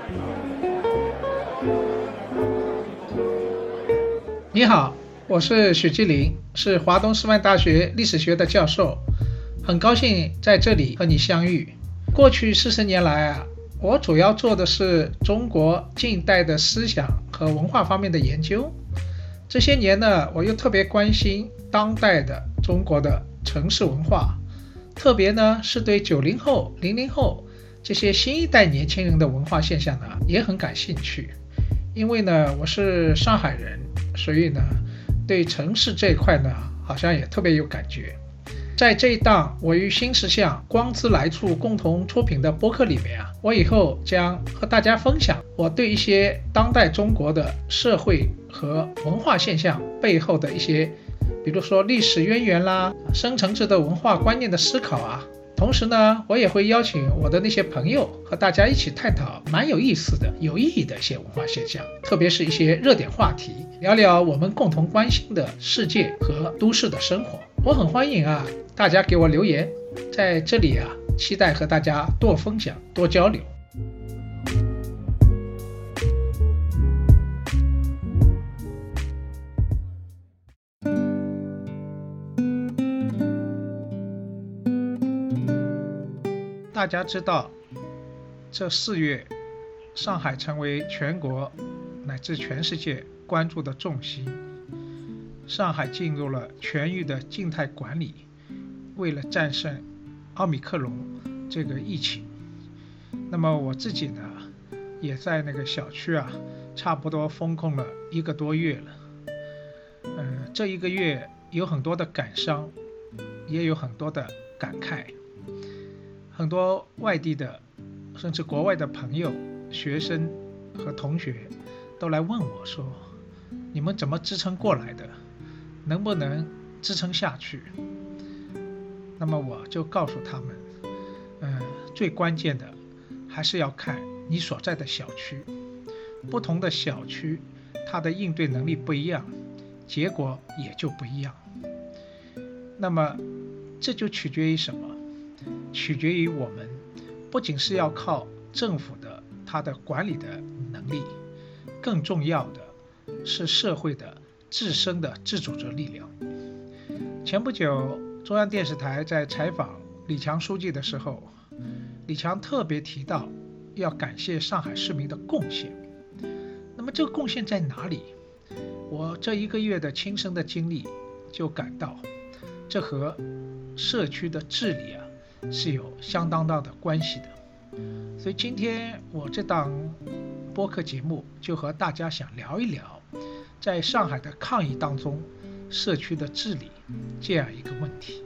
你好，我是许继林，是华东师范大学历史学的教授，很高兴在这里和你相遇。过去40年来我主要做的是中国近代的思想和文化方面的研究。这些年呢，我又特别关心当代的中国的城市文化，特别呢是对90后、00后这些新一代年轻人的文化现象呢也很感兴趣。因为呢我是上海人，所以呢对城市这一块呢好像也特别有感觉。在这一档我与新石像光之来处共同出品的播客里面我以后将和大家分享我对一些当代中国的社会和文化现象背后的一些，比如说历史渊源啦、深层次的文化观念的思考同时呢，我也会邀请我的那些朋友和大家一起探讨蛮有意思的、有意义的一些文化现象，特别是一些热点话题，聊聊我们共同关心的世界和都市的生活。我很欢迎大家给我留言，在这里期待和大家多分享、多交流。大家知道，这4月，上海成为全国乃至全世界关注的重心。上海进入了全域的静态管理，为了战胜奥密克戎这个疫情。那么我自己呢，也在那个小区差不多封控了1个多月了。这1个月有很多的感伤，也有很多的感慨。很多外地的甚至国外的朋友、学生和同学都来问我说，你们怎么支撑过来的，能不能支撑下去？那么我就告诉他们，最关键的还是要看你所在的小区，不同的小区它的应对能力不一样，结果也就不一样。那么这就取决于什么？取决于我们不仅是要靠政府的它的管理的能力，更重要的是社会的自身的自主的力量。前不久中央电视台在采访李强书记的时候，李强特别提到要感谢上海市民的贡献。那么这个贡献在哪里？我这1个月的亲身的经历就感到，这和社区的治理是有相当大的关系的。所以今天我这档播客节目就和大家想聊一聊，在上海的抗疫当中，社区的治理这样一个问题。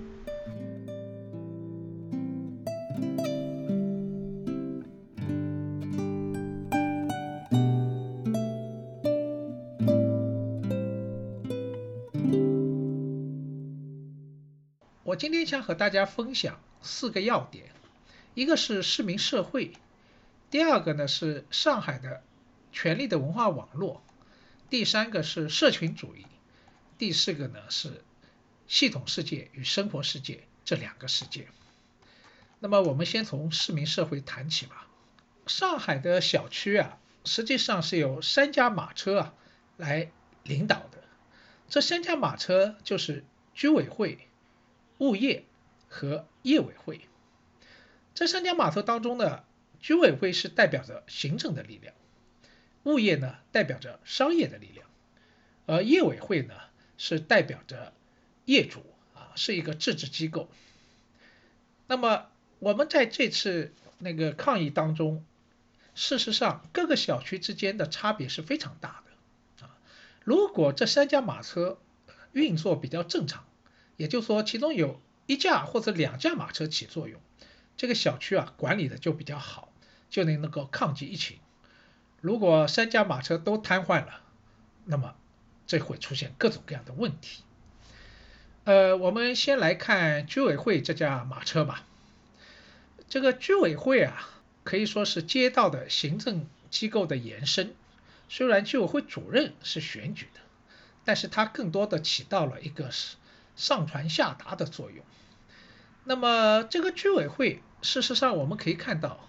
我今天想和大家分享4个要点，一个是市民社会，第2个呢是上海的权力的文化网络，第3个是社群主义，第4个呢是系统世界与生活世界这2个世界。那么我们先从市民社会谈起吧。上海的小区实际上是由3家马车来领导的。这3家马车就是居委会、物业和业委会。这3家码头当中呢，居委会是代表着行政的力量，物业呢代表着商业的力量，而业委会呢是代表着业主是一个自治机构。那么我们在这次那个抗疫当中，事实上各个小区之间的差别是非常大的如果这3家马车运作比较正常，也就是说其中有1架或者2架马车起作用，这个小区管理的就比较好，就能够抗击疫情。如果3家马车都瘫痪了，那么这会出现各种各样的问题。我们先来看居委会这家马车吧。这个居委会可以说是街道的行政机构的延伸。虽然居委会主任是选举的，但是它更多的起到了一个上传下达的作用。那么这个居委会事实上我们可以看到，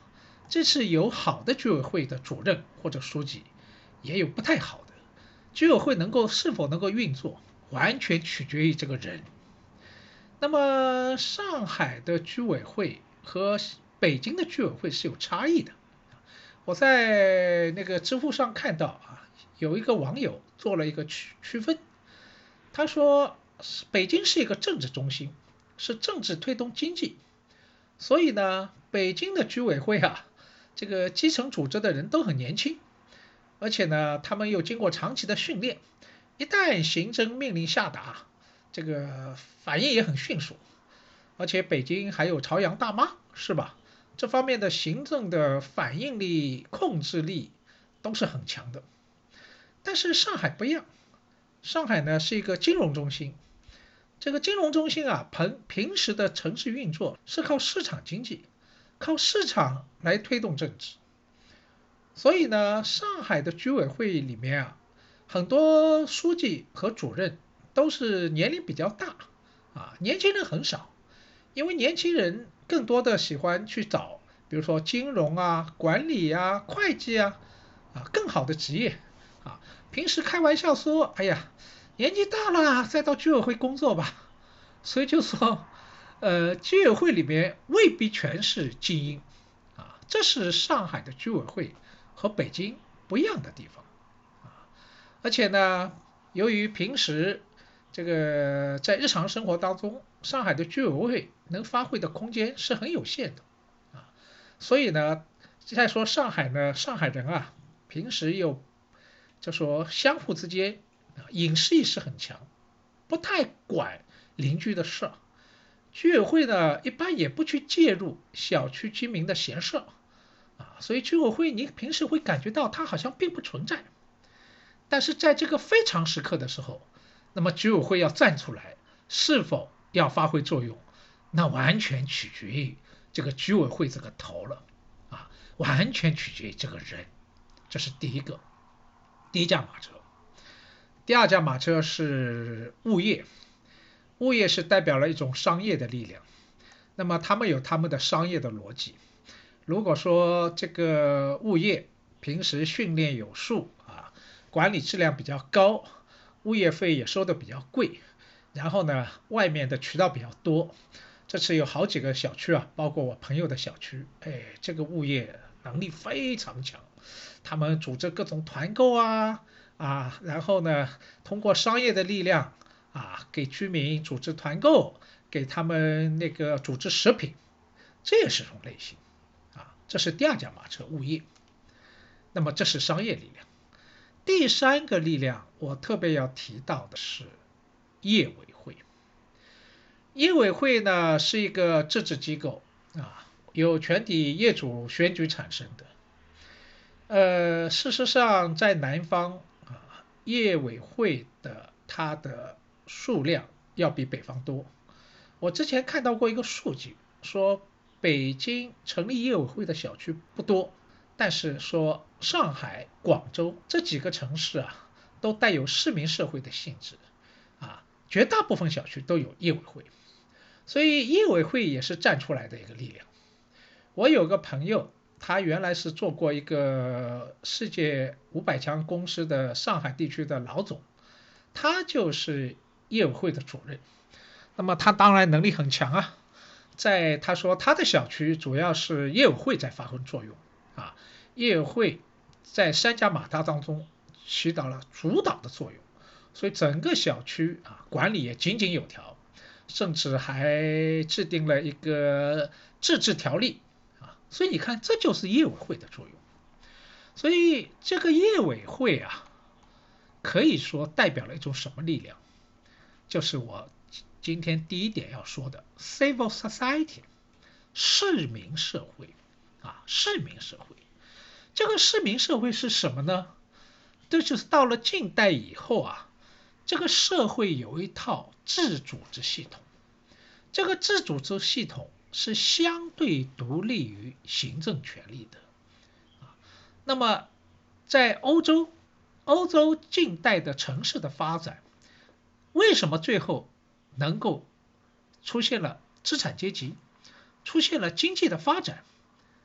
这是有好的居委会的主任或者书记，也有不太好的。居委会是否能够运作，完全取决于这个人。那么上海的居委会和北京的居委会是有差异的。我在那个知乎上看到啊，有一个网友做了一个区分，他说北京是一个政治中心，是政治推动经济，所以呢，北京的居委会啊，这个基层组织的人都很年轻，而且呢，他们又经过长期的训练，一旦行政命令下达，这个反应也很迅速，而且北京还有朝阳大妈，是吧？这方面的行政的反应力、控制力都是很强的。但是上海不一样，上海呢是一个金融中心，这个金融中心啊，平时的城市运作是靠市场经济，靠市场来推动政治。所以呢，上海的居委会里面啊，很多书记和主任都是年龄比较大啊，年轻人很少，因为年轻人更多的喜欢去找，比如说金融啊、管理啊、会计啊，更好的职业啊。平时开玩笑说，哎呀，年纪大了，再到居委会工作吧。所以就说，居委会里面未必全是精英啊，这是上海的居委会和北京不一样的地方啊。而且呢，由于平时这个在日常生活当中，上海的居委会能发挥的空间是很有限的啊，所以呢，再说上海呢，上海人啊，平时又就说相互之间隐私意识很强，不太管邻居的事，居委会呢一般也不去介入小区居民的闲事啊，所以居委会你平时会感觉到它好像并不存在。但是在这个非常时刻的时候，那么居委会要站出来，是否要发挥作用，那完全取决于这个居委会这个头了啊，完全取决于这个人。这是第一架马车。第二架马车是物业，物业是代表了一种商业的力量，那么他们有他们的商业的逻辑。如果说这个物业平时训练有素啊，管理质量比较高，物业费也收的比较贵，然后呢，外面的渠道比较多。这次有好几个小区啊，包括我朋友的小区，这个物业能力非常强，他们组织各种团购然后呢，通过商业的力量给居民组织团购，给他们那个组织食品，这也是种类型这是第二架马车物业。那么这是商业力量。第三个力量我特别要提到的是业委会。业委会呢是一个自治机构由全体业主选举产生的。事实上在南方业委会的它的数量要比北方多。我之前看到过一个数据，说北京成立业委会的小区不多，但是说上海、广州这几个城市都带有市民社会的性质绝大部分小区都有业委会，所以业委会也是站出来的一个力量。我有个朋友，他原来是做过一个世界500强公司的上海地区的老总，他就是业委会的主任。那么他当然能力很强他说他的小区主要是业委会在发挥作用业委会在3家马达当中起到了主导的作用，所以整个小区管理也井井有条，甚至还制定了一个自治条例所以你看这就是业委会的作用。所以这个业委会可以说代表了一种什么力量，就是我今天第一点要说的 civil society 市民社会市民社会。这个市民社会是什么呢？这就是到了近代以后这个社会有一套自组织系统，这个自组织系统是相对独立于行政权力的那么在欧洲近代的城市的发展，为什么最后能够出现了资产阶级，出现了经济的发展？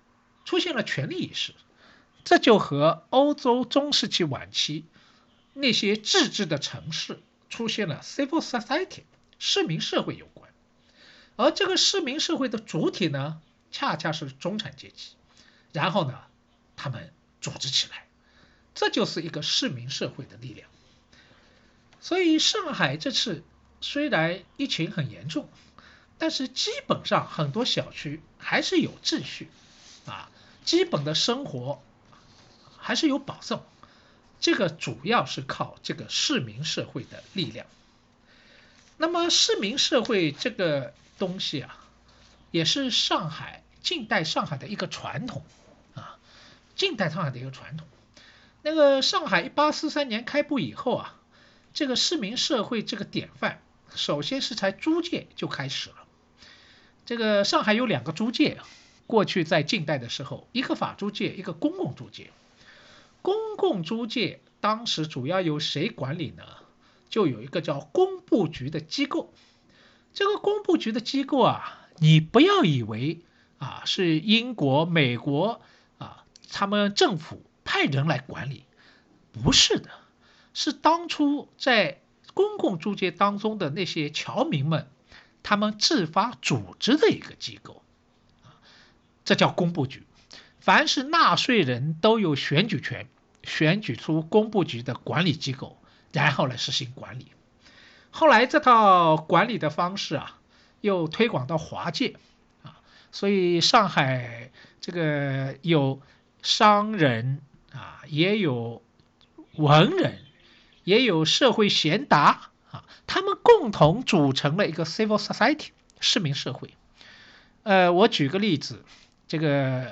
出现了权力意识，这就和欧洲中世纪晚期那些自治的城市出现了 civil society 市民社会有关。而这个市民社会的主体呢，恰恰是中产阶级，然后呢，他们组织起来，这就是一个市民社会的力量。所以上海这次虽然疫情很严重，但是基本上很多小区还是有秩序基本的生活还是有保证，这个主要是靠这个市民社会的力量。那么市民社会这个东西也是近代上海的一个传统近代上海的一个传统。那个上海1843年开埠以后这个市民社会这个典范，首先是在租界就开始了。这个上海有2个租界，过去在近代的时候，一个法租界，一个公共租界。公共租界当时主要由谁管理呢？就有一个叫工部局的机构。这个工部局的机构你不要以为是英国、美国他们政府派人来管理，不是的，是当初在公共租界当中的那些侨民们，他们自发组织的一个机构，这叫工部局。凡是纳税人都有选举权，选举出工部局的管理机构，然后来实行管理。后来这套管理的方式又推广到华界所以上海这个有商人也有文人，也有社会贤达他们共同组成了一个 civil society 市民社会。我举个例子，这个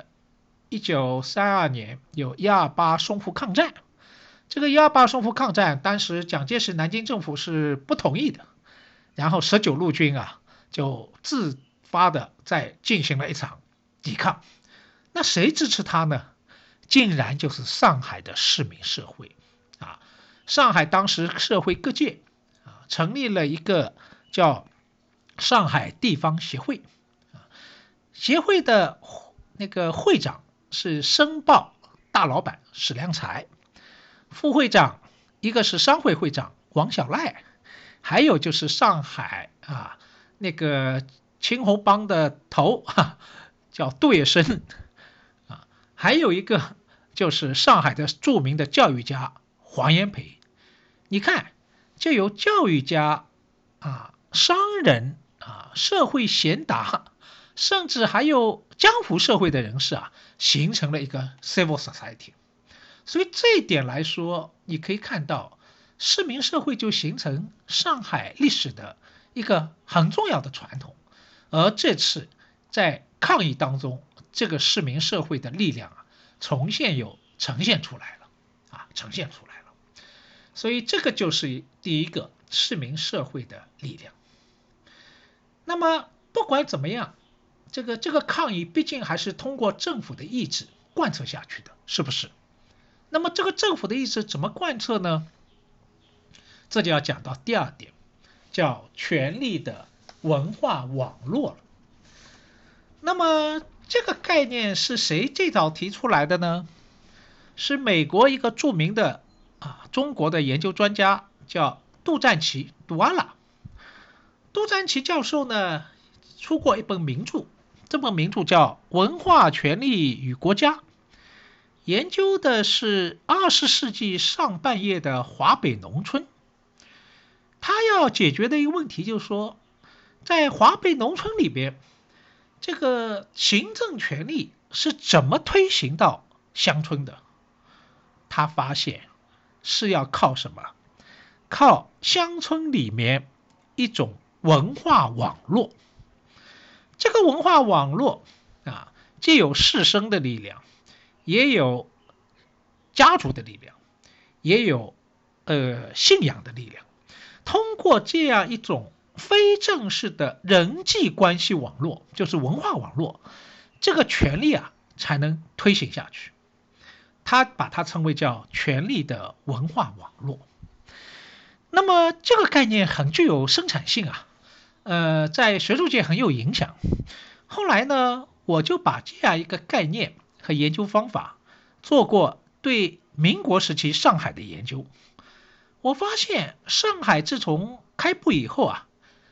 1932年有128淞沪抗战。这个128淞沪抗战，当时蒋介石南京政府是不同意的，然后19路军就自发的在进行了一场抵抗。那谁支持他呢？竟然就是上海的市民社会上海当时社会各界成立了一个叫上海地方协会协会的那个会长是申报大老板史良才，副会长一个是商会会长王小赖，还有就是上海那个青红帮的头叫杜月笙还有一个就是上海的著名的教育家黄炎培。你看，就有教育家商人社会贤达，甚至还有江湖社会的人士形成了一个 civil society。所以这一点来说，你可以看到市民社会就形成上海历史的一个很重要的传统。而这次在抗疫当中，这个市民社会的力量呈现出来了所以这个就是第一个市民社会的力量。那么不管怎么样，这个抗议毕竟还是通过政府的意志贯彻下去的，是不是？那么这个政府的意志怎么贯彻呢？这就要讲到第2点，叫权力的文化网络了。那么这个概念是谁最早提出来的呢？是美国一个著名的中国的研究专家，叫杜占奇杜阿拉。杜占奇教授呢出过一本名著，这本名著叫《文化权力与国家》，研究的是20世纪上半叶的华北农村。他要解决的一个问题就是说，在华北农村里边，这个行政权力是怎么推行到乡村的。他发现是要靠什么？靠乡村里面一种文化网络。这个文化网络既有士绅的力量，也有家族的力量，也有信仰的力量。通过这样一种非正式的人际关系网络，就是文化网络，这个权力才能推行下去。他把它称为叫权力的文化网络。那么这个概念很具有生产性在学术界很有影响。后来呢，我就把这样一个概念和研究方法，做过对民国时期上海的研究。我发现上海自从开埠以后啊，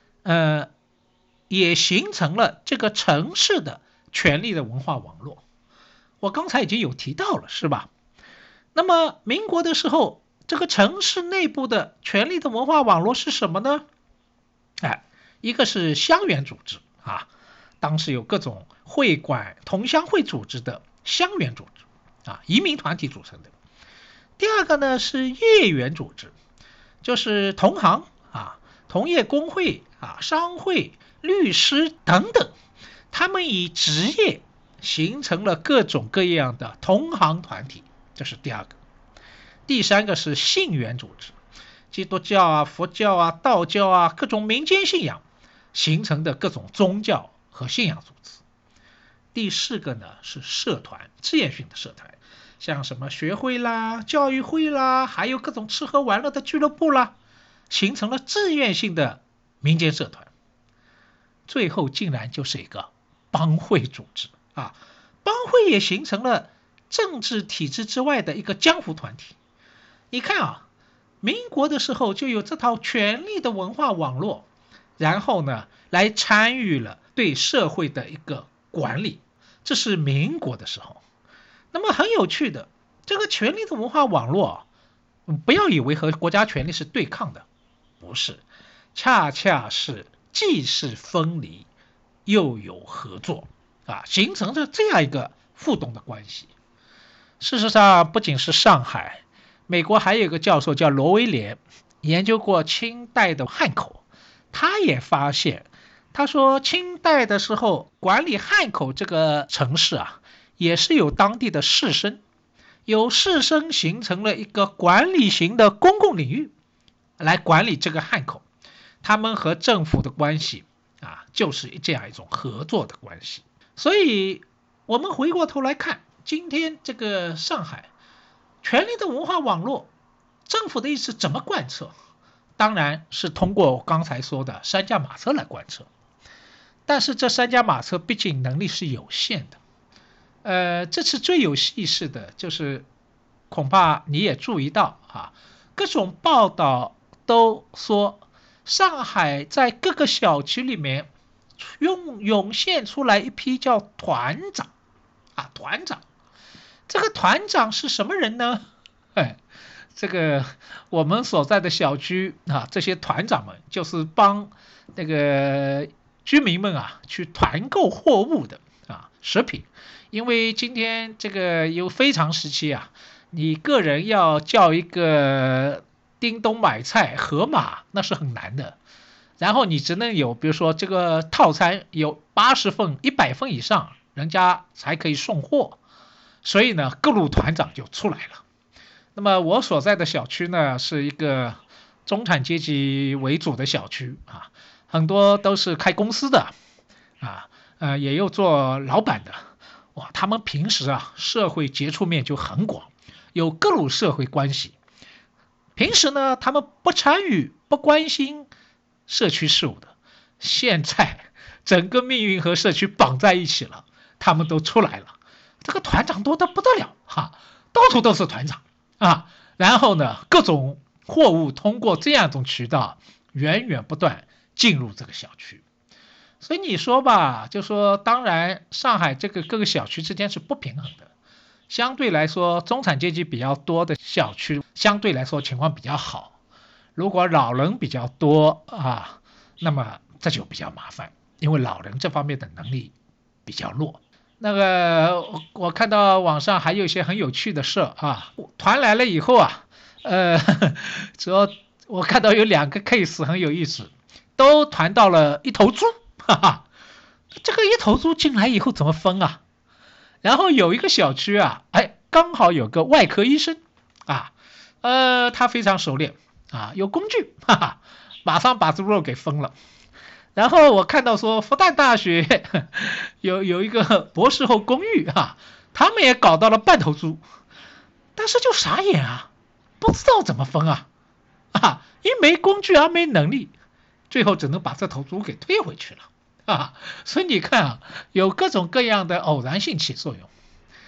也形成了这个城市的权力的文化网络。我刚才已经有提到了，是吧？那么民国的时候，这个城市内部的权力的文化网络是什么呢？一个是乡员组织啊，当时有各种会馆、同乡会组织的乡员组织啊，移民团体组成的。第二个呢是业员组织，就是同行啊、同业工会啊、商会、律师等等，他们以职业形成了各种各样的同行团体，这是第二个。第三个是信源组织，基督教啊、佛教啊、道教啊，各种民间信仰形成的各种宗教和信仰组织。第四个呢是社团，志愿性的社团，像什么学会啦、教育会啦，还有各种吃喝玩乐的俱乐部啦，形成了志愿性的民间社团。最后竟然就是一个帮会组织啊，帮会也形成了政治体制之外的一个江湖团体。你看啊，民国的时候就有这套权力的文化网络，然后呢来参与了对社会的一个管理，这是民国的时候。那么很有趣的，这个权力的文化网络不要以为和国家权力是对抗的，不是，恰恰是既是分离又有合作啊，形成着这样一个互动的关系。事实上不仅是上海，美国还有一个教授叫罗威廉，研究过清代的汉口，他也发现，他说清代的时候管理汉口这个城市啊，也是有当地的士绅，有士绅形成了一个管理型的公共领域来管理这个汉口，他们和政府的关系啊，就是这样一种合作的关系。所以我们回过头来看今天这个上海权力的文化网络，政府的意思怎么贯彻？当然是通过我刚才说的三驾马车来贯彻，但是这三驾马车毕竟能力是有限的。这次最有意思的就是，恐怕你也注意到啊，各种报道都说上海在各个小区里面涌现出来一批叫团长啊，团长。这个团长是什么人呢？这个我们所在的小区啊，这些团长们就是帮那个居民们啊去团购货物的啊，食品。因为今天这个有非常时期啊，你个人要叫一个叮咚买菜盒马那是很难的，然后你只能有比如说这个套餐有80份、100份以上，人家才可以送货。所以呢，各路团长就出来了。那么我所在的小区呢，是一个中产阶级为主的小区啊，很多都是开公司的啊，也有做老板的。哇，他们平时啊，社会接触面就很广，有各路社会关系。平时呢，他们不参与、不关心社区事务的。现在整个命运和社区绑在一起了，他们都出来了。这个团长多得不得了哈，到处都是团长啊。然后呢，各种货物通过这样一种渠道源源不断进入这个小区。所以你说吧，就说当然上海这个各个小区之间是不平衡的，相对来说中产阶级比较多的小区相对来说情况比较好，如果老人比较多啊，那么这就比较麻烦，因为老人这方面的能力比较弱。那个我看到网上还有一些很有趣的事啊，团来了以后啊，主要我看到有2个 case 很有意思，都团到了一头猪，哈哈，这个一头猪进来以后怎么分啊？然后有一个小区啊，刚好有个外科医生啊，他非常熟练啊，有工具，哈哈，马上把猪肉给分了。然后我看到说复旦大学有一个博士后公寓啊，他们也搞到了半头猪，但是就傻眼啊，不知道怎么分啊，一没工具没能力，最后只能把这头猪给退回去了啊。所以你看啊，有各种各样的偶然性起作用。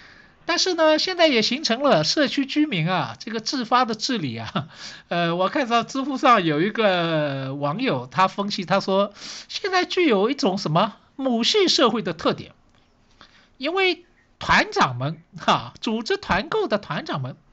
但是呢，现在也形成了社区居民啊，这个自发的治理啊。我看到知乎上有一个网友他分析，他说现在具有一种什么母系社会的特点，因为团长们组织团购的团长们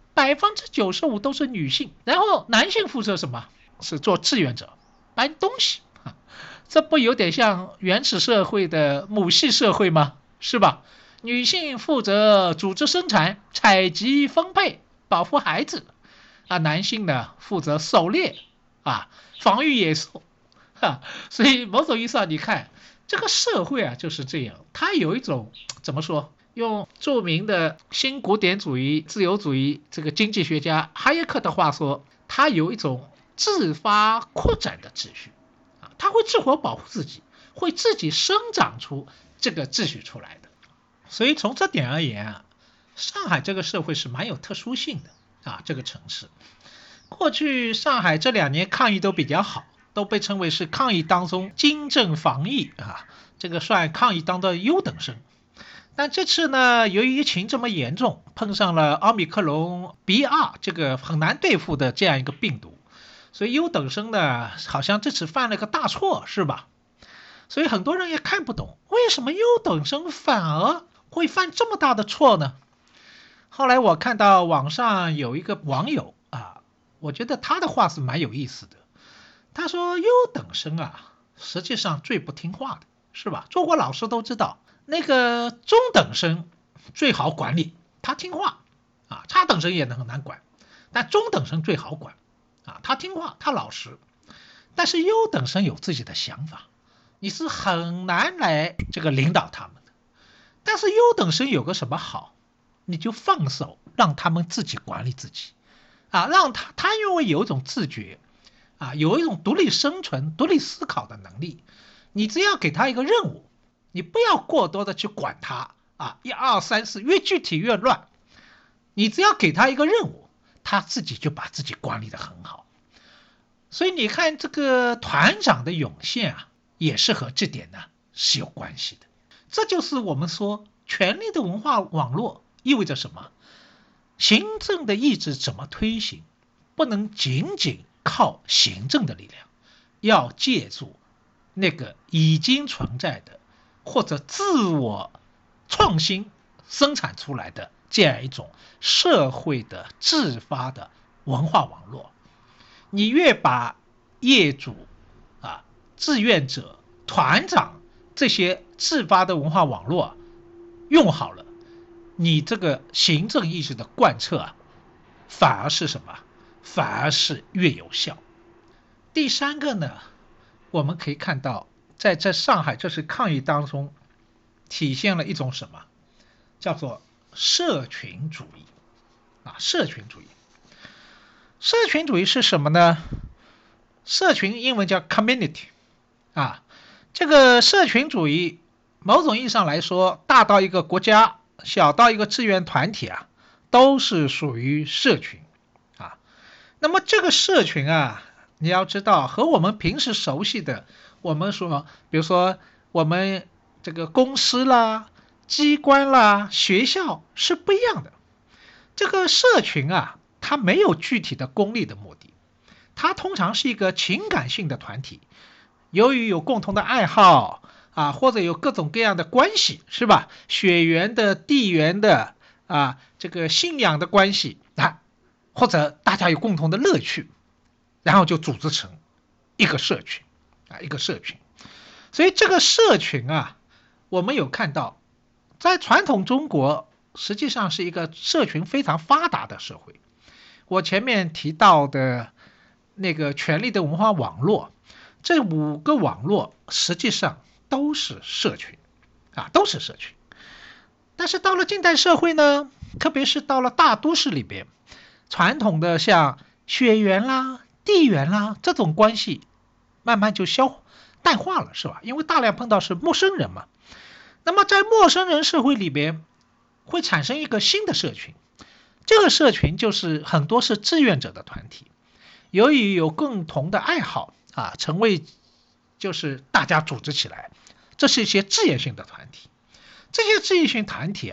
95%都是女性，然后男性负责什么？是做志愿者，搬东西。这不有点像原始社会的母系社会吗？是吧？女性负责组织生产、采集、分配、保护孩子，男性呢负责狩猎，防御野兽，所以某种意义上，你看这个社会啊就是这样，它有一种怎么说？用著名的新古典主义、自由主义这个经济学家哈耶克的话说，它有一种自发扩展的秩序。它会自我保护自己，会自己生长出这个秩序出来的。所以从这点而言上海这个社会是蛮有特殊性的这个城市。过去上海这2年抗疫都比较好，都被称为是抗疫当中精正防疫这个算抗疫当中的优等生。但这次呢，由于疫情这么严重，碰上了奥密克戎 BR 这个很难对付的这样一个病毒，所以优等生呢，好像这次犯了个大错，是吧？所以很多人也看不懂，为什么优等生反而会犯这么大的错呢？后来我看到网上有一个网友我觉得他的话是蛮有意思的。他说优等生实际上最不听话的，是吧？做过老师都知道，那个中等生最好管理，他听话差等生也很难管，但中等生最好管他听话，他老实。但是优等生有自己的想法，你是很难来这个领导他们的。但是优等生有个什么好，你就放手让他们自己管理自己让他因为有一种自觉有一种独立生存、独立思考的能力，你只要给他一个任务，你不要过多的去管他1、2、3、4，越具体越乱。你只要给他一个任务，他自己就把自己管理得很好。所以你看这个团长的涌现也是和这点呢是有关系的。这就是我们说权力的文化网络意味着什么？行政的意志怎么推行，不能仅仅靠行政的力量，要借助那个已经存在的或者自我创新生产出来的这样一种社会的自发的文化网络。你越把业主志愿者、团长这些自发的文化网络用好了，你这个行政意识的贯彻反而是什么？反而是越有效。第三个呢，我们可以看到在这上海这次抗疫当中体现了一种什么？叫做社群主义社群主义。社群主义是什么呢？社群英文叫 community 这个社群主义某种意义上来说，大到一个国家，小到一个志愿团体都是属于社群那么这个社群你要知道和我们平时熟悉的我们说比如说我们这个公司啦、机关啦、学校是不一样的。这个社群它没有具体的功利的目的，它通常是一个情感性的团体，由于有共同的爱好或者有各种各样的关系，是吧？血缘的、地缘的这个信仰的关系或者大家有共同的乐趣，然后就组织成一个社群一个社群。所以这个社群我们有看到在传统中国实际上是一个社群非常发达的社会。我前面提到的那个权力的文化网络，这5个网络实际上都是社群都是社群。但是到了近代社会呢，特别是到了大都市里边，传统的像血缘啦、地缘啦这种关系慢慢就淡化了，是吧？因为大量碰到是陌生人嘛。那么在陌生人社会里边会产生一个新的社群，这个社群就是很多是志愿者的团体，由于有共同的爱好成为就是大家组织起来，这是一些志愿性的团体。这些志愿性团体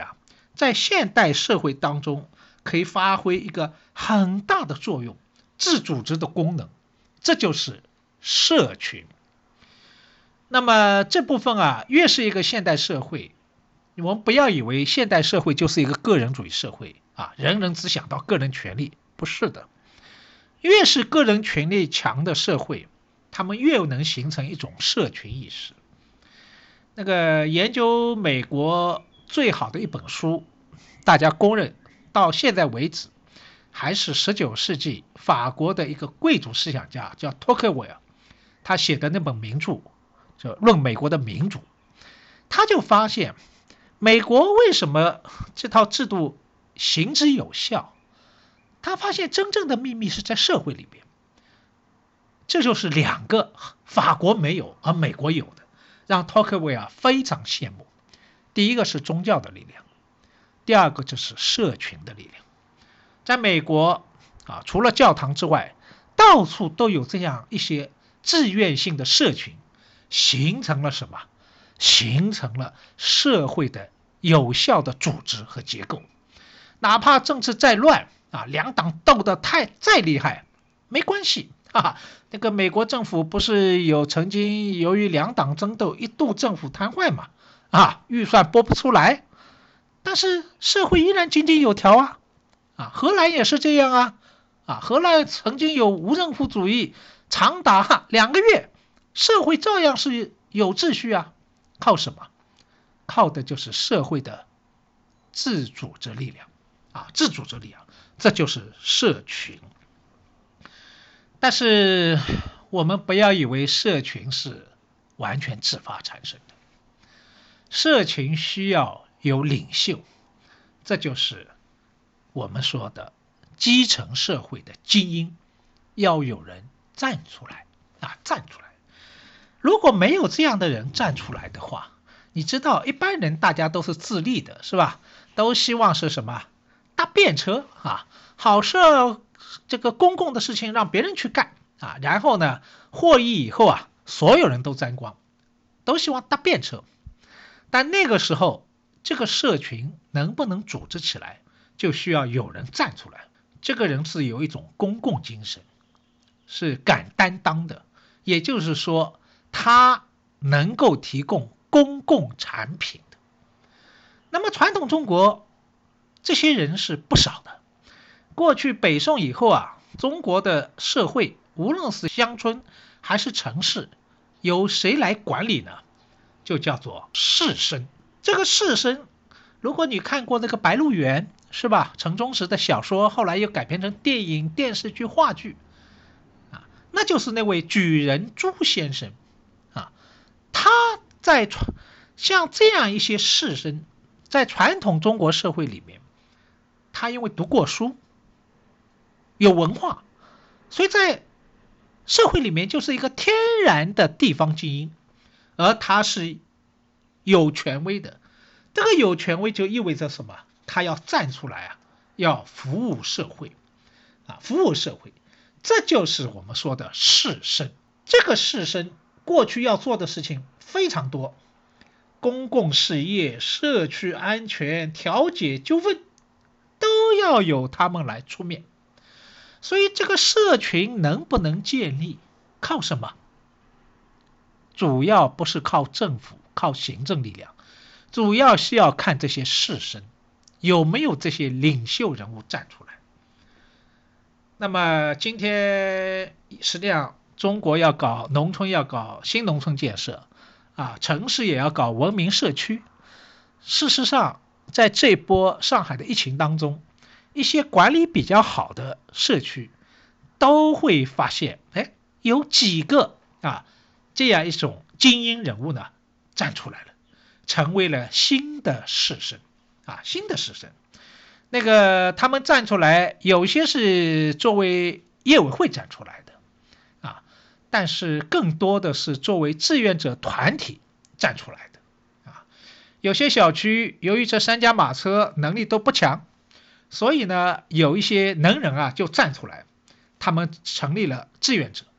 在现代社会当中可以发挥一个很大的作用，自组织的功能，这就是社群。那么这部分越是一个现代社会，我们不要以为现代社会就是一个个人主义社会人人只想到个人权利，不是的。越是个人权利强的社会，他们越能形成一种社群意识。那个研究美国最好的一本书，大家公认到现在为止还是19世纪法国的一个贵族思想家叫托克维尔，他写的那本名著就《论美国的民主》。他就发现美国为什么这套制度行之有效，他发现真正的秘密是在社会里边。这就是两个法国没有而美国有的，让托克维尔非常羡慕。第一个是宗教的力量，第二个就是社群的力量。在美国除了教堂之外，到处都有这样一些自愿性的社群，形成了什么？形成了社会的有效的组织和结构。哪怕政治再乱两党斗得再厉害，没关系那个美国政府不是曾经由于两党争斗一度政府瘫痪嘛预算拨不出来，但是社会依然井井有条荷兰也是这样荷兰曾经有无政府主义长达2个月，社会照样是有秩序靠什么？靠的就是社会的自组织力量自组织力量，这就是社群。但是我们不要以为社群是完全自发产生的，社群需要有领袖，这就是我们说的基层社会的精英，要有人站出来站出来。如果没有这样的人站出来的话，你知道一般人大家都是自立的，是吧？都希望是什么？搭便车好事这个公共的事情让别人去干然后呢获益以后所有人都沾光，都希望搭便车。但那个时候这个社群能不能组织起来，就需要有人站出来。这个人是有一种公共精神，是敢担当的，也就是说他能够提供公共产品的。那么传统中国这些人是不少的。过去北宋以后中国的社会无论是乡村还是城市，由谁来管理呢？就叫做士绅。这个士绅，如果你看过那个《白鹿原》是吧？陈忠实的小说后来又改编成电影、电视剧、话剧那就是那位举人朱先生他在像这样一些士绅，在传统中国社会里面，他因为读过书有文化，所以在社会里面就是一个天然的地方精英，而他是有权威的。这个有权威就意味着什么？他要站出来要服务社会服务社会，这就是我们说的士绅。这个士绅过去要做的事情非常多，公共事业、社区安全、调解纠纷都要由他们来出面。所以这个社群能不能建立，靠什么？主要不是靠政府、靠行政力量，主要是要看这些士绅有没有这些领袖人物站出来。那么今天实际上中国要搞农村，要搞新农村建设城市也要搞文明社区。事实上在这波上海的疫情当中，一些管理比较好的社区都会发现有几个这样一种精英人物呢站出来了，成为了新的士绅新的士绅。那个他们站出来，有些是作为业委会站出来的但是更多的是作为志愿者团体站出来的有些小区由于这三驾马车能力都不强，所以呢有一些能人就站出来，他们成立了志愿者。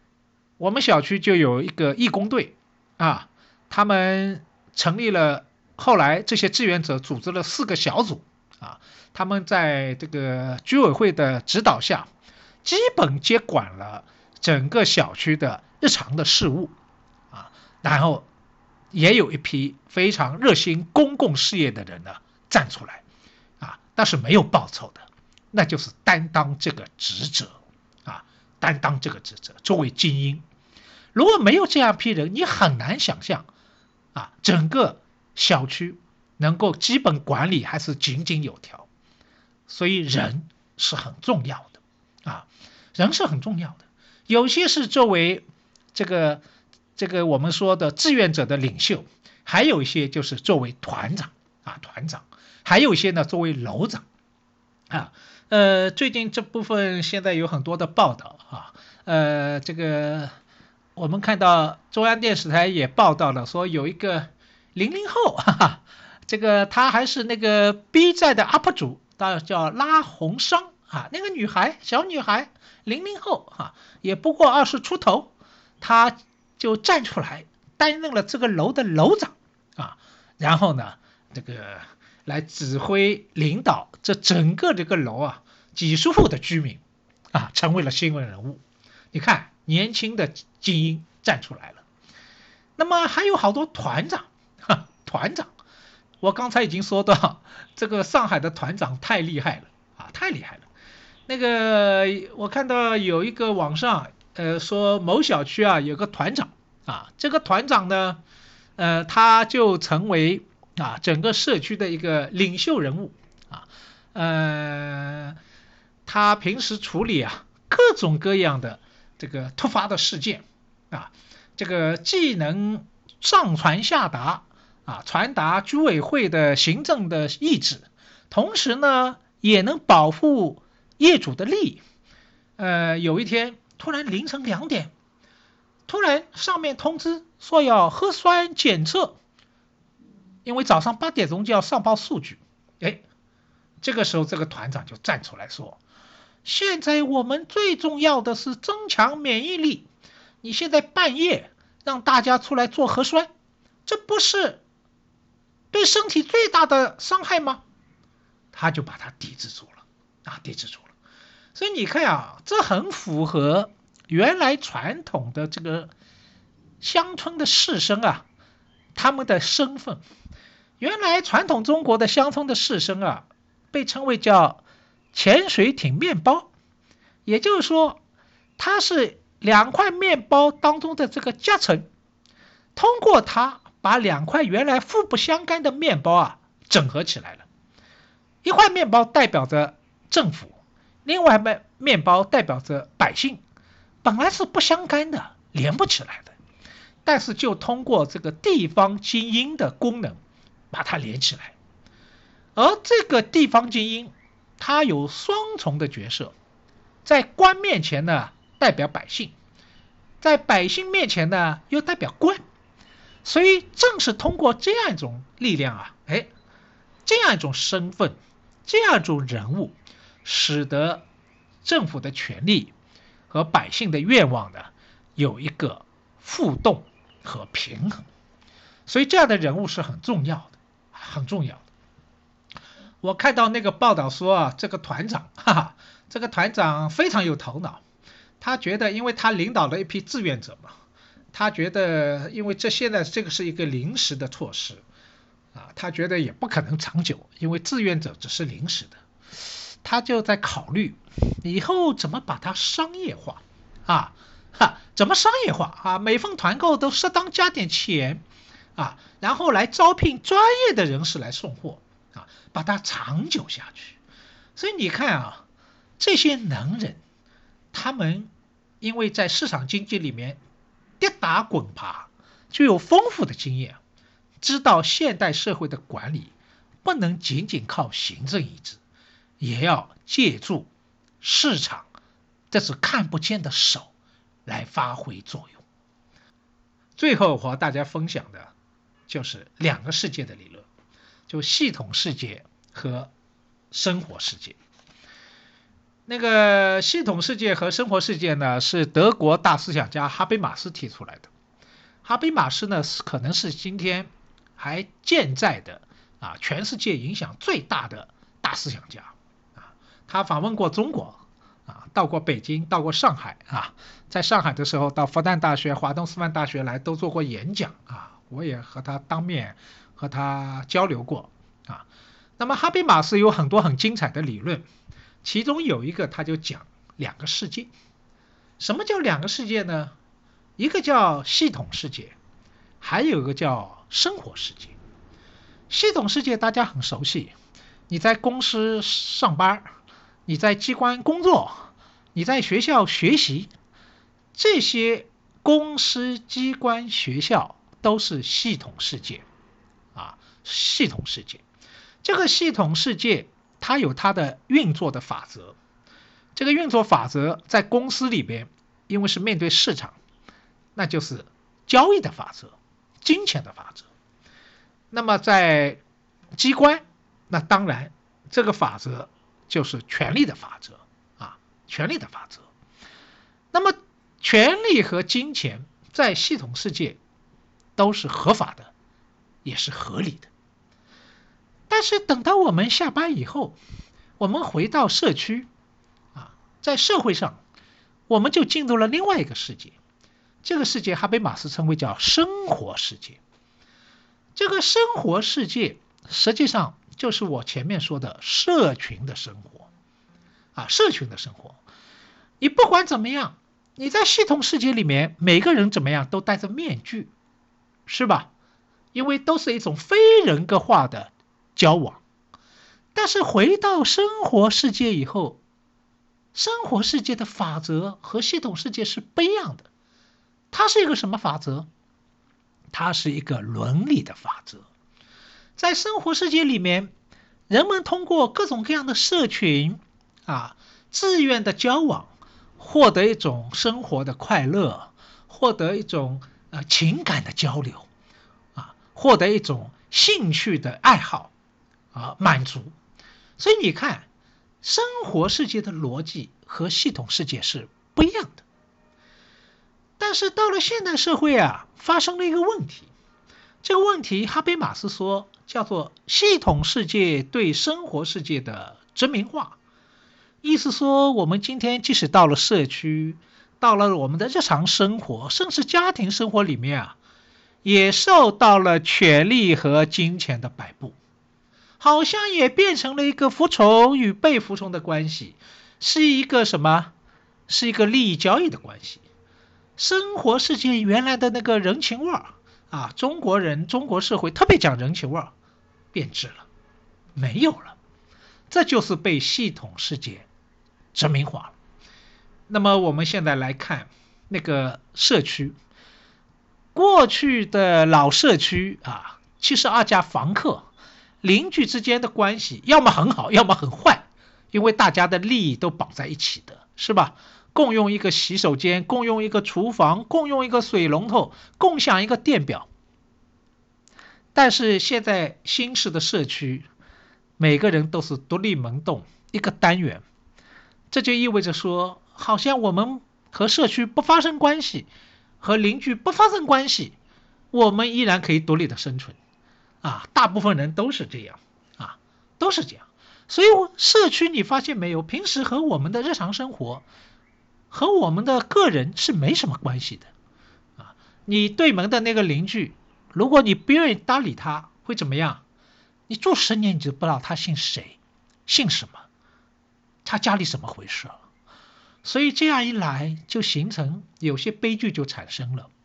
我们小区就有一个义工队他们成立了后来这些志愿者组织了4个小组啊，他们在这个居委会的指导下，基本接管了整个小区的日常的事务啊，然后也有一批非常热心公共事业的人呢站出来啊，但是没有报酬的，那就是担当这个职责啊，担当这个职责，作为精英。如果没有这样一批人，你很难想象啊，整个小区能够基本管理还是井井有条。所以人是很重要的啊，人是很重要的。有些是作为这个我们说的志愿者的领袖，还有一些就是作为团长啊，还有一些呢作为楼长啊。最近这部分现在有很多的报道啊，这个我们看到中央电视台也报道了，说有一个00后，哈哈，这个他还是那个 B 站的 UP 主，叫拉红裳啊，那个女孩，小女孩，00后啊，也不过20出头，她就站出来担任了这个楼的楼长啊，然后呢，这个来指挥领导这整个这个楼啊几十户的居民啊，成为了新闻人物。你看，年轻的精英站出来了。那么还有好多团长，团长，我刚才已经说到，这个上海的团长太厉害了啊，太厉害了。那个我看到有一个网上说某小区啊有个团长啊，这个团长呢他就成为啊整个社区的一个领袖人物啊，他平时处理啊各种各样的这个突发的事件啊，这个既能上传下达啊，传达居委会的行政的意志，同时呢也能保护业主的利益。有一天突然凌晨2点，突然上面通知说要核酸检测，因为早上8点钟就要上报数据。这个时候这个团长就站出来说，现在我们最重要的是增强免疫力，你现在半夜让大家出来做核酸，这不是对身体最大的伤害吗？他就把它抵制住了啊，抵制住了。所以你看啊，这很符合原来传统的这个乡村的士绅啊，他们的身份。原来传统中国的乡村的士绅啊，被称为叫潜水艇面包，也就是说，它是2块面包当中的这个夹层，通过它把2块原来互不相干的面包啊整合起来了。一块面包代表着政府，另外一面包代表着百姓，本来是不相干的，连不起来的，但是就通过这个地方精英的功能把它连起来。而这个地方精英他有双重的角色，在官面前呢代表百姓，在百姓面前呢又代表官。所以正是通过这样一种力量啊，这样一种身份，这样一种人物，使得政府的权力和百姓的愿望呢有一个互动和平衡。所以这样的人物是很重要的，很重要的。我看到那个报道说啊，这个团长，这个团长非常有头脑，他觉得因为他领导了一批志愿者嘛，他觉得因为现在这个是一个临时的措施啊，他觉得也不可能长久，因为志愿者只是临时的，他就在考虑以后怎么把它商业化啊，怎么商业化啊？每份团购都适当加点钱啊，然后来招聘专业的人士来送货啊，把它长久下去。所以你看啊，这些能人，他们因为在市场经济里面跌打滚爬，具有丰富的经验，知道现代社会的管理不能仅仅靠行政意志，也要借助市场这是看不见的手来发挥作用。最后我和大家分享的就是2个世界的理论，就系统世界和生活世界。那个系统世界和生活世界呢，是德国大思想家哈贝马斯提出来的。哈贝马斯呢，可能是今天还健在的全世界影响最大的大思想家他访问过中国到过北京，到过上海在上海的时候到复旦大学、华东师范大学来都做过演讲我也和他当面和他交流过那么哈贝马斯有很多很精彩的理论，其中有一个他就讲两个世界。什么叫两个世界呢？一个叫系统世界，还有一个叫生活世界。系统世界大家很熟悉，你在公司上班，你在机关工作，你在学校学习，这些公司、机关、学校都是系统世界系统世界。这个系统世界它有它的运作的法则，这个运作法则在公司里边，因为是面对市场，那就是交易的法则、金钱的法则。那么在机关，那当然这个法则就是权力的法则权力的法则。那么权力和金钱在系统世界都是合法的，也是合理的。但是等到我们下班以后，我们回到社区在社会上，我们就进入了另外一个世界。这个世界哈贝马斯称为叫生活世界。这个生活世界实际上就是我前面说的社群的生活社群的生活。你不管怎么样，你在系统世界里面，每个人怎么样都戴着面具，是吧？因为都是一种非人格化的交往。但是回到生活世界以后，生活世界的法则和系统世界是不一样的。它是一个什么法则？它是一个伦理的法则。在生活世界里面，人们通过各种各样的社群自愿的交往，获得一种生活的快乐，获得一种情感的交流获得一种兴趣的爱好满足。所以你看，生活世界的逻辑和系统世界是不一样的。但是到了现代社会发生了一个问题。这个问题哈贝马斯说叫做系统世界对生活世界的殖民化。意思说，我们今天即使到了社区，到了我们的日常生活，甚至家庭生活里面也受到了权力和金钱的摆布，好像也变成了一个服从与被服从的关系，是一个什么？是一个利益交易的关系。生活世界原来的那个人情味中国人、中国社会特别讲人情味变质了，没有了。这就是被系统世界殖民化了。那么我们现在来看那个社区，过去的老社区72家房客，邻居之间的关系要么很好，要么很坏，因为大家的利益都绑在一起的，是吧？共用一个洗手间，共用一个厨房，共用一个水龙头，共享一个电表。但是现在新式的社区，每个人都是独立门洞，一个单元。这就意味着说，好像我们和社区不发生关系，和邻居不发生关系，我们依然可以独立的生存大部分人都是这样都是这样。所以社区你发现没有，平时和我们的日常生活和我们的个人是没什么关系的你对门的那个邻居，如果你不愿意搭理他，会怎么样？你住10年你就不知道他姓谁，姓什么，他家里怎么回事所以这样一来，就形成有些悲剧就产生了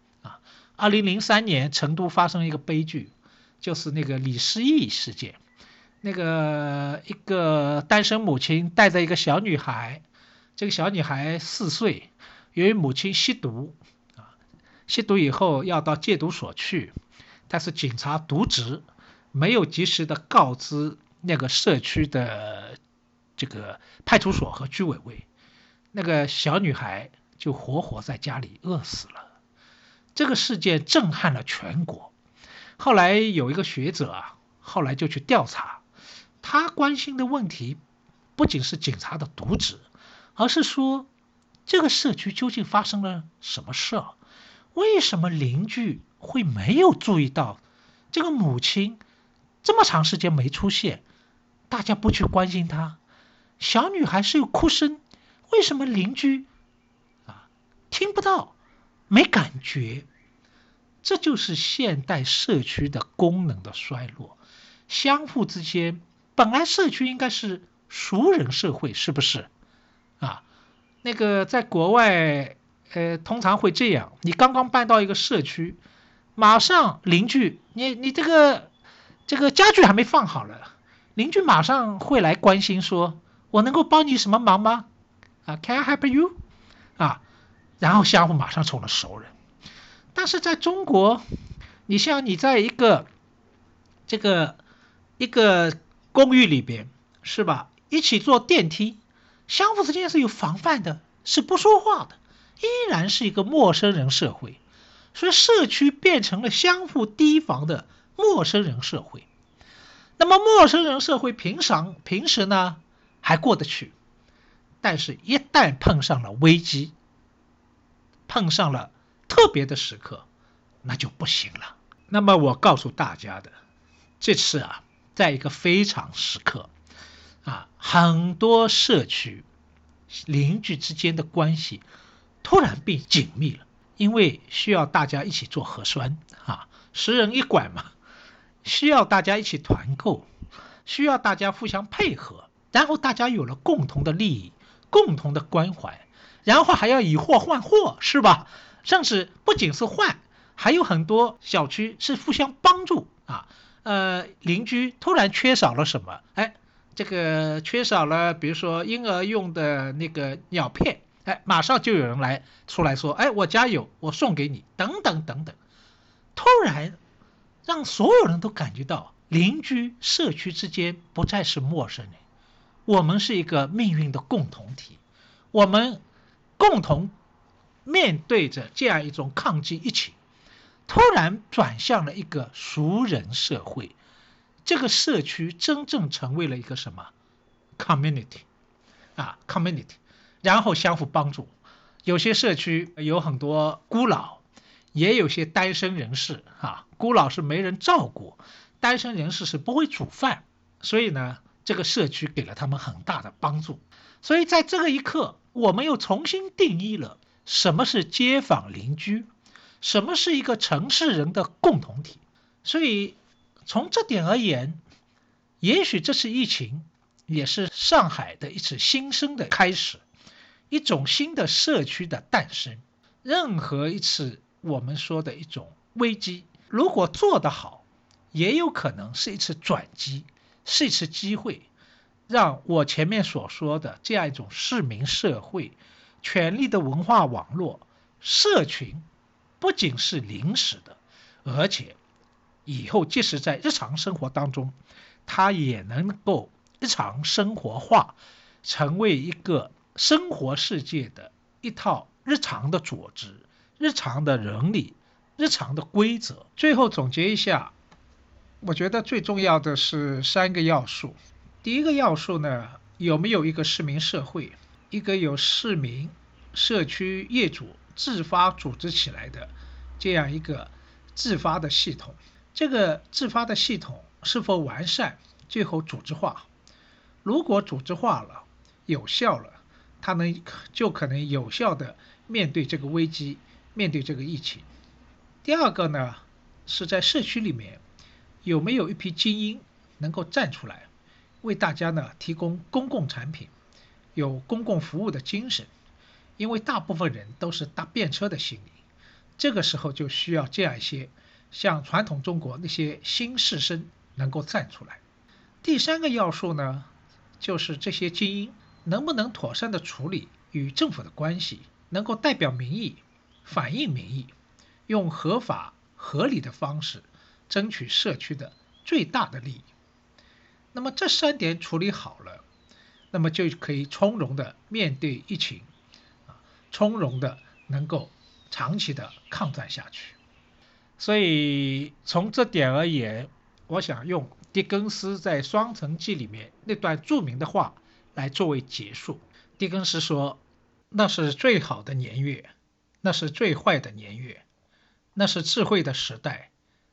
2003年成都发生一个悲剧，就是那个李思义事件。那个一个单身母亲带着一个小女孩，这个小女孩4岁，由于母亲吸毒吸毒以后要到戒毒所去，但是警察渎职，没有及时的告知那个社区的这个派出所和居委会，那个小女孩就活活在家里饿死了。这个事件震撼了全国。后来有一个学者后来就去调查，他关心的问题不仅是警察的渎职，而是说这个社区究竟发生了什么事为什么邻居会没有注意到这个母亲这么长时间没出现，大家不去关心她，小女孩是有哭声，为什么邻居听不到，没感觉？这就是现代社区的功能的衰落，相互之间，本来社区应该是熟人社会，是不是啊？那个在国外，通常会这样，你刚刚搬到一个社区，马上邻居，你这个家具还没放好了，邻居马上会来关心说，我能够帮你什么忙吗？Can I help you？然后相互马上成了熟人。但是在中国，你像你在一个公寓里边，是吧？一起坐电梯，相互之间是有防范的，是不说话的，依然是一个陌生人社会。所以社区变成了相互提防的陌生人社会。那么陌生人社会平时呢还过得去，但是一旦碰上了危机，碰上了特别的时刻，那就不行了。那么我告诉大家的，这次在一个非常时刻很多社区邻居之间的关系突然变紧密了，因为需要大家一起做核酸10人一管嘛，需要大家一起团购，需要大家互相配合，然后大家有了共同的利益，共同的关怀，然后还要以货换货，是吧？甚至不仅是换，还有很多小区是互相帮助邻居突然缺少了什么，这个缺少了比如说婴儿用的那个尿片，马上就有人出来说，我家有，我送给你，等等等等。突然让所有人都感觉到邻居社区之间不再是陌生人，我们是一个命运的共同体，我们共同面对着这样一种抗击疫情，突然转向了一个熟人社会。这个社区真正成为了一个什么 community， 然后相互帮助。有些社区有很多孤老，也有些单身人士孤老是没人照顾，单身人士是不会煮饭，所以呢，这个社区给了他们很大的帮助。所以在这个一刻，我们又重新定义了什么是街坊邻居，什么是一个城市人的共同体。所以从这点而言，也许这次疫情也是上海的一次新生的开始，一种新的社区的诞生。任何一次我们说的一种危机，如果做得好，也有可能是一次转机，是一次机会，让我前面所说的这样一种市民社会、权力的文化网络、社群，不仅是临时的，而且以后即使在日常生活当中，它也能够日常生活化，成为一个生活世界的一套日常的组织、日常的伦理、日常的规则。最后总结一下，我觉得最重要的是3个要素。第一个要素呢，有没有一个市民社会，一个由市民、社区业主自发组织起来的这样一个自发的系统。这个自发的系统是否完善，最后组织化。如果组织化了，有效了，它就可能有效的面对这个危机，面对这个疫情。第二个呢，是在社区里面有没有一批精英能够站出来，为大家呢提供公共产品，有公共服务的精神。因为大部分人都是搭便车的心理，这个时候就需要这样一些像传统中国那些新士绅能够站出来。第3个要素呢，就是这些精英能不能妥善的处理与政府的关系，能够代表民意，反映民意，用合法合理的方式争取社区的最大的利益。那么这3点处理好了，那么就可以从容的面对疫情，从容的能够长期的抗战下去。所以从这点而言，我想用狄更斯在《双城记》里面那段著名的话来作为结束。狄更斯说，那是最好的年月，那是最坏的年月，那是智慧的时代，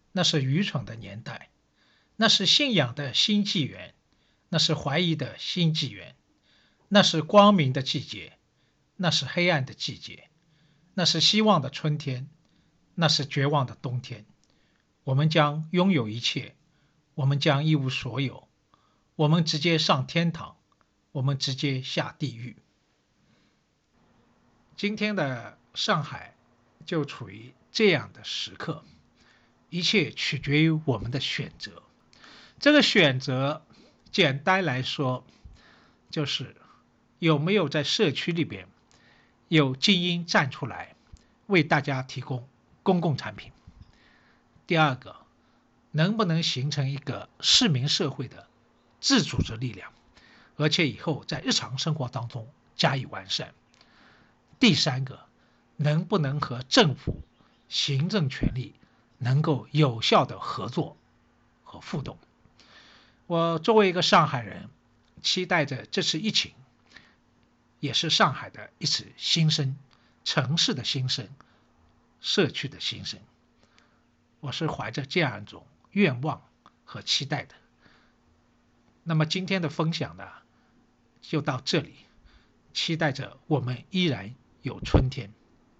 那是愚蠢的年代，那是信仰的新纪元，那是怀疑的新纪元，那是光明的季节，那是黑暗的季节，那是希望的春天，那是绝望的冬天。我们将拥有一切，我们将一无所有，我们直接上天堂，我们直接下地狱。今天的上海就处于这样的时刻，一切取决于我们的选择。这个选择简单来说，就是有没有在社区里边有精英站出来为大家提供公共产品。第二个，能不能形成一个市民社会的自组织力量，而且以后在日常生活当中加以完善。第三个，能不能和政府行政权力能够有效的合作和互动。我作为一个上海人，期待着这次疫情也是上海的一次新生，城市的新生，社区的新生。我是怀着这样一种愿望和期待的。那么今天的分享呢，就到这里，期待着我们依然有春天。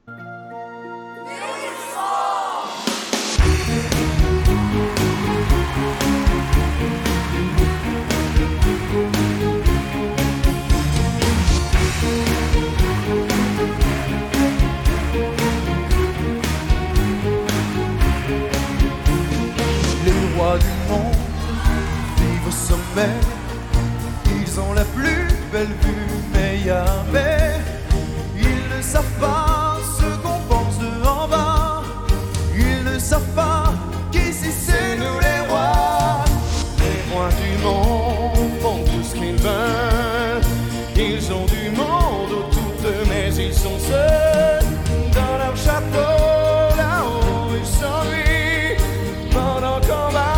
Ils ont la plus belle vue, mais jamais ils ne savent pas ce qu'on pense de en bas. Ils ne savent pas qu'ici c'est nous les rois. Les rois du monde font tout ce qu'ils veulent. Ils ont du monde autour d'eux, mais ils sont seuls dans leur château. Là-haut ils s'ennuient pendant qu'on va.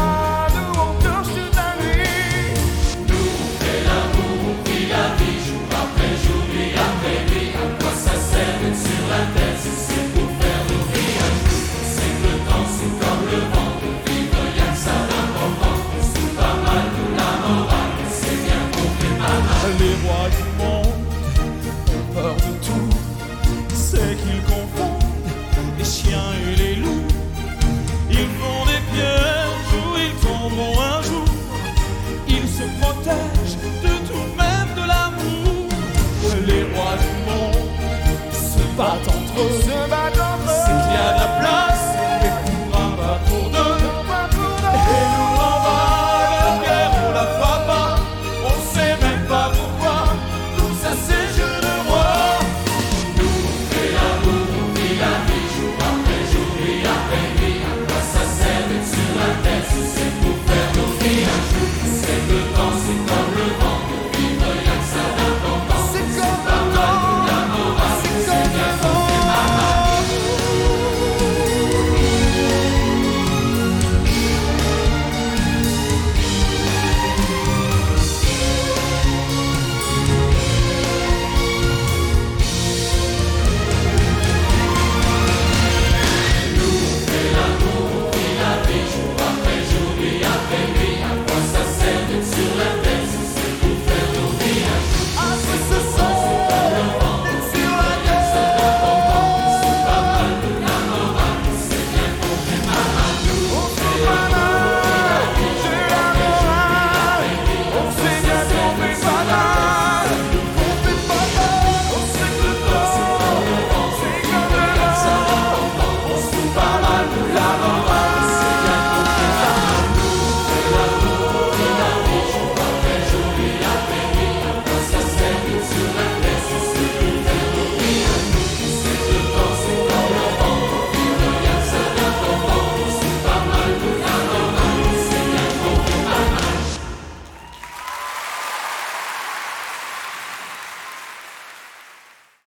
Les rois du monde ont peur de tout, c'est qu'ils confondent les chiens et les loups. Ils font des pièges où ils tomberont un jour. Ils se protègent de tout, même de l'amour. Les rois du monde se battent entre eux, c'est qu'il y a de la place